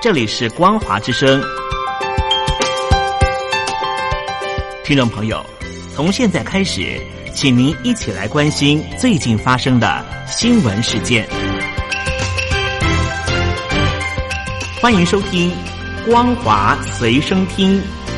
这里是光华之声。听众朋友，从现在开始，请您一起来关心最近发生的新闻事件。欢迎收听光华随声听。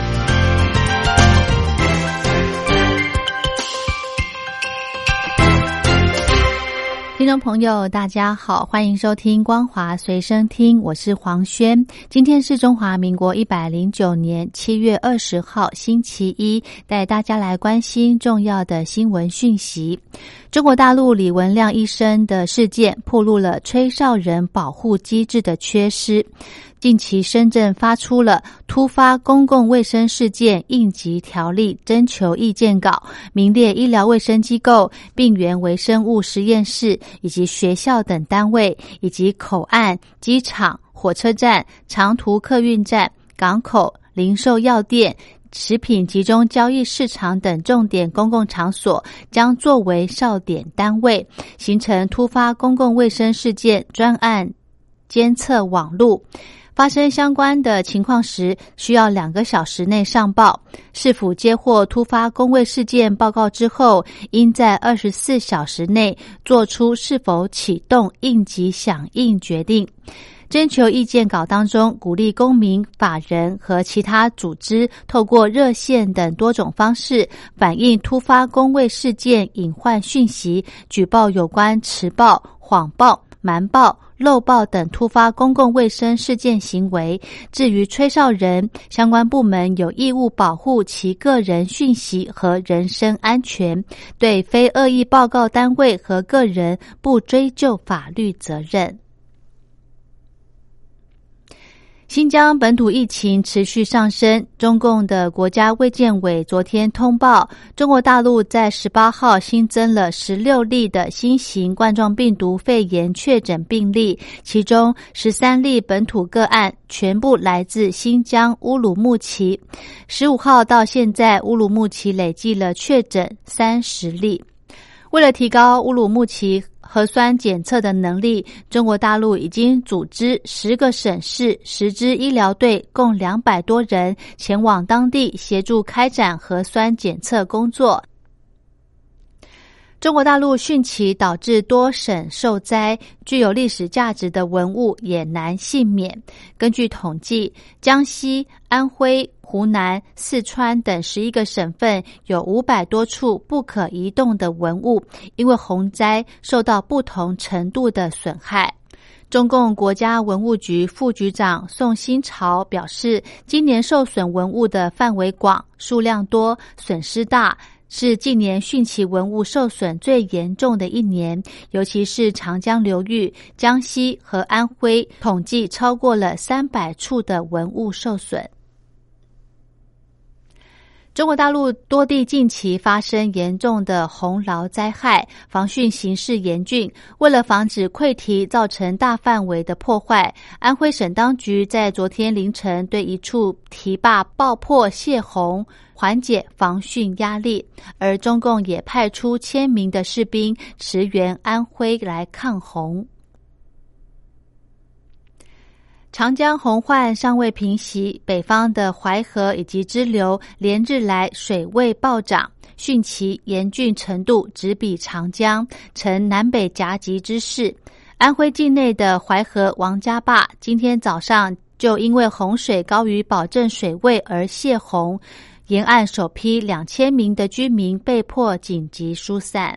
听众朋友大家好，欢迎收听光华随声听，我是黄轩。今天是中华民国109年7月20号星期一，带大家来关心重要的新闻讯息。中国大陆李文亮医生的事件暴露了吹哨人保护机制的缺失。近期深圳发出了突发公共卫生事件应急条例征求意见稿，名列医疗卫生机构、病原微生物实验室以及学校等单位，以及口岸、机场、火车站、长途客运站、港口、零售药店、食品集中交易市场等重点公共场所将作为哨点单位，形成突发公共卫生事件专案监测网路。发生相关的情况时，需要2个小时内上报。市府接获突发公卫事件报告之后，应在24小时内做出是否启动应急响应决定。征求意见稿当中，鼓励公民、法人和其他组织透过热线等多种方式反映突发公卫事件隐患讯息，举报有关迟报、谎报、瞒报、漏报等突发公共卫生事件行为。至于吹哨人，相关部门有义务保护其个人讯息和人身安全，对非恶意报告单位和个人不追究法律责任。新疆本土疫情持续上升，中共的国家卫健委昨天通报，中国大陆在18号新增了16例的新型冠状病毒肺炎确诊病例，其中13例本土个案全部来自新疆乌鲁木齐。15号到现在，乌鲁木齐累计了确诊30例。为了提高乌鲁木齐核酸检测的能力，中国大陆已经组织10个省市10支医疗队，共200多人前往当地协助开展核酸检测工作。中国大陆汛期导致多省受灾，具有历史价值的文物也难幸免。根据统计，江西、安徽、湖南、四川等11个省份有500多处不可移动的文物，因为洪灾受到不同程度的损害。中共国家文物局副局长宋新潮表示，今年受损文物的范围广、数量多、损失大，是近年汛期文物受损最严重的一年，尤其是长江流域、江西和安徽，统计超过了300处的文物受损。中国大陆多地近期发生严重的洪涝灾害，防汛形势严峻。为了防止溃堤造成大范围的破坏，安徽省当局在昨天凌晨对一处堤坝爆破泄洪，缓解防汛压力。而中共也派出1000名的士兵驰援安徽来抗洪。长江洪患尚未平息，北方的淮河以及支流连日来水位暴涨，汛期严峻程度直比长江，呈南北夹击之势。安徽境内的淮河王家坝今天早上就因为洪水高于保证水位而泄洪，沿岸首批2000名的居民被迫紧急疏散。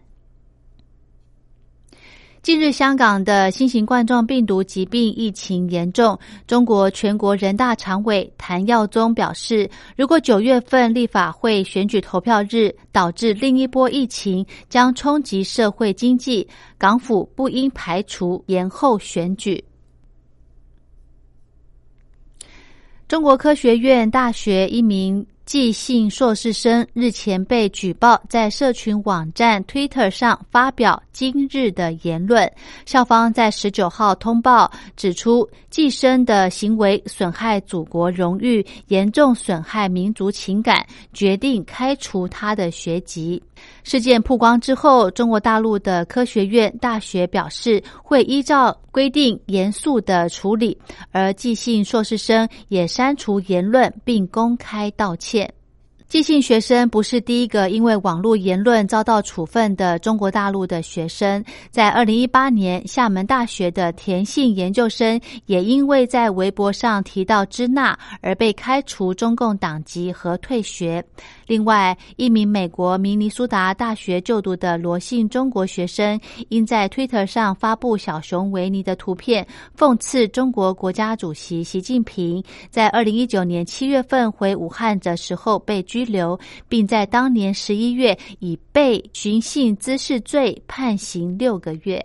近日，香港的新型冠状病毒疾病疫情严重，中国全国人大常委谭耀宗表示，如果9月份立法会选举投票日导致另一波疫情，将冲击社会经济，港府不应排除延后选举。中国科学院大学一名季姓硕士生日前被举报在社群网站 Twitter 上发表今日的言论，校方在19号通报指出，季生的行为损害祖国荣誉，严重损害民族情感，决定开除他的学籍。事件曝光之后，中国大陆的科学院大学表示会依照规定严肃的处理，而季姓硕士生也删除言论并公开道歉。季姓学生不是第一个因为网络言论遭到处分的中国大陆的学生，在2018年，厦门大学的田姓研究生也因为在微博上提到支那而被开除中共党籍和退学。另外，一名美国明尼苏达大学就读的罗姓中国学生，因在 Twitter 上发布小熊维尼的图片，讽刺中国国家主席习近平，在2019年7月份回武汉的时候被拘留，并在当年11月以被寻衅滋事罪判刑6个月。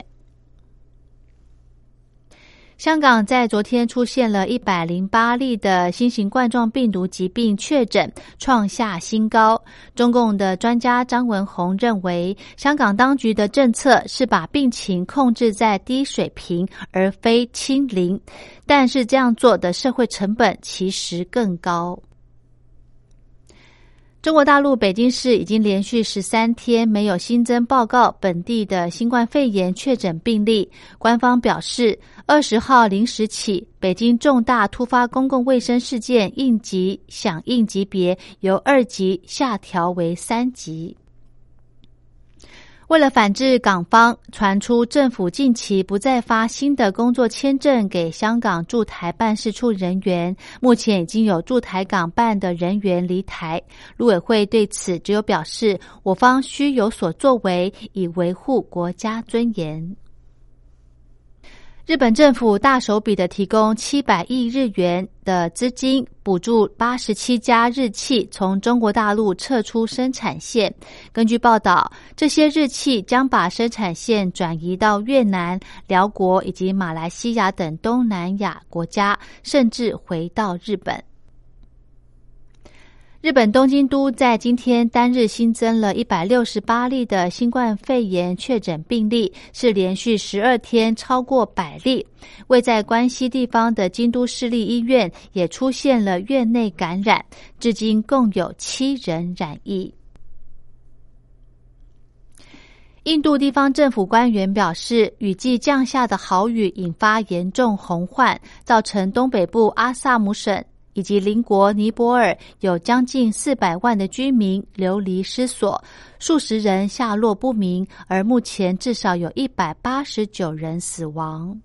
香港在昨天出现了108例的新型冠状病毒疾病确诊，创下新高。中共的专家张文宏认为，香港当局的政策是把病情控制在低水平，而非清零，但是这样做的社会成本其实更高。中国大陆北京市已经连续13天没有新增报告本地的新冠肺炎确诊病例。官方表示，20号0时起，北京重大突发公共卫生事件应急响应级别由2级下调为3级。为了反制港方传出政府近期不再发新的工作签证给香港驻台办事处人员，目前已经有驻台港办的人员离台。陆委会对此只有表示，我方需有所作为，以维护国家尊严。日本政府大手笔的提供700亿日元的资金，补助87家日企从中国大陆撤出生产线。根据报道，这些日企将把生产线转移到越南、辽国以及马来西亚等东南亚国家，甚至回到日本。日本东京都在今天单日新增了168例的新冠肺炎确诊病例，是连续12天超过100例。位在关西地方的京都市立医院也出现了院内感染，至今共有7人染疫。印度地方政府官员表示，雨季降下的豪雨引发严重洪患，造成东北部阿萨姆省以及邻国尼泊尔有将近400万的居民流离失所，数十人下落不明，而目前至少有189人死亡。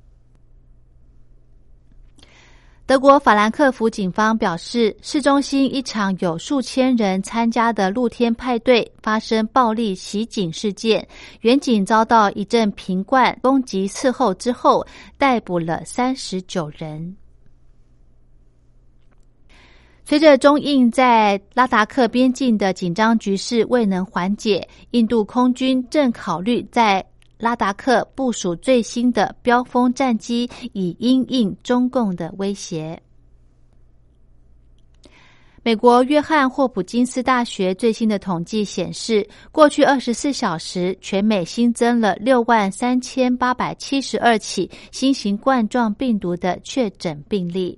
德国法兰克福警方表示，市中心一场有数千人参加的露天派对发生暴力袭警事件，员警遭到一阵瓶罐攻击伺候之后，逮捕了39人。随着中印在拉达克边境的紧张局势未能缓解，印度空军正考虑在拉达克部署最新的标风战机，以因应中共的威胁。美国约翰霍普金斯大学最新的统计显示，过去24小时全美新增了63872起新型冠状病毒的确诊病例。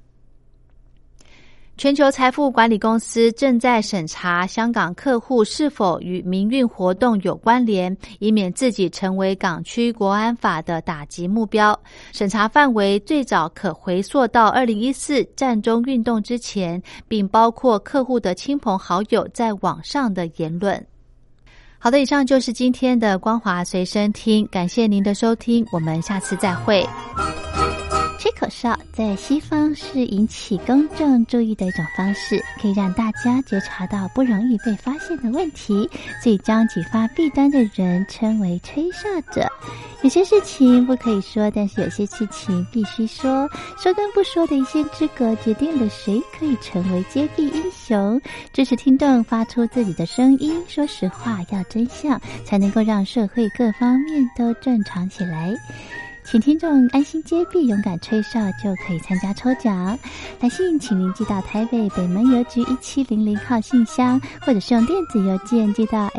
全球财富管理公司正在审查香港客户是否与民运活动有关联，以免自己成为港区国安法的打击目标。审查范围最早可回溯到2014战中运动之前，并包括客户的亲朋好友在网上的言论。好的，以上就是今天的光华随身听，感谢您的收听，我们下次再会。 吹口哨在西方是引起公众注意的一种方式，可以让大家觉察到不容易被发现的问题，所以将举发弊端的人称为吹哨者。有些事情不可以说，但是有些事情必须说，说跟不说的一线之隔，决定了谁可以成为接地英雄。支持听众发出自己的声音，说实话，要真相，才能够让社会各方面都正常起来。 请听众安心接币勇敢吹哨就可以参加抽奖。来信请您寄到台北北门邮局1700号信箱，或者是用电子邮件寄到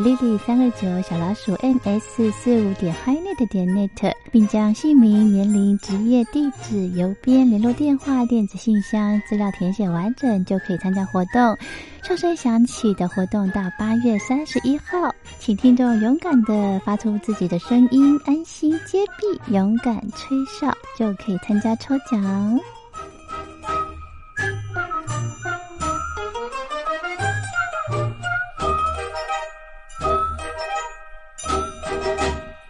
lily329@ms45.highnet.net， 并将姓名、年龄、职业、地址、邮编、联络电话、电子信箱资料填写完整就可以参加活动。哨声响起的活动到8月31号，请听众勇敢地发出自己的声音，安心接币，勇敢吹哨就可以参加抽奖。